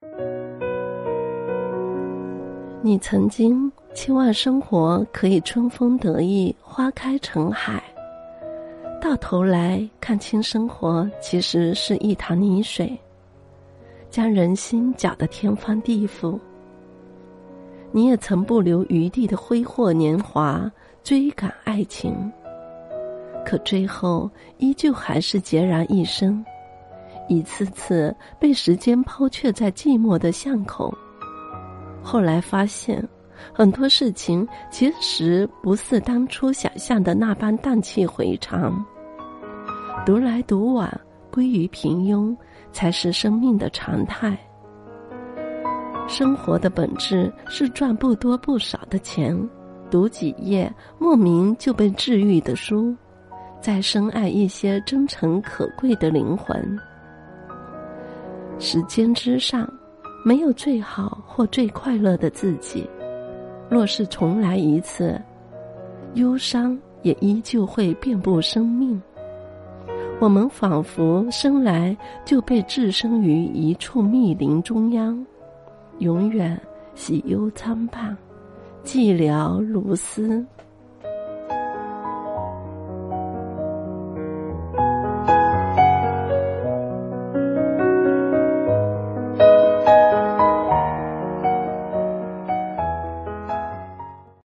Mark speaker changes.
Speaker 1: 你曾经期望生活可以春风得意，花开成海，到头来看清生活其实是一潭泥水，将人心搅得天翻地覆。你也曾不留余地的挥霍年华，追赶爱情，可最后依旧还是孑然一身，一次次被时间抛却在寂寞的巷口。后来发现，很多事情其实不似当初想象的那般荡气回肠，独来独往，归于平庸，才是生命的常态。生活的本质是赚不多不少的钱，读几页莫名就被治愈的书，再深爱一些真诚可贵的灵魂。时间之上，没有最好或最快乐的自己，若是重来一次，忧伤也依旧会遍布生命。我们仿佛生来就被置身于一处密林中央，永远喜忧参半，寂寥如丝。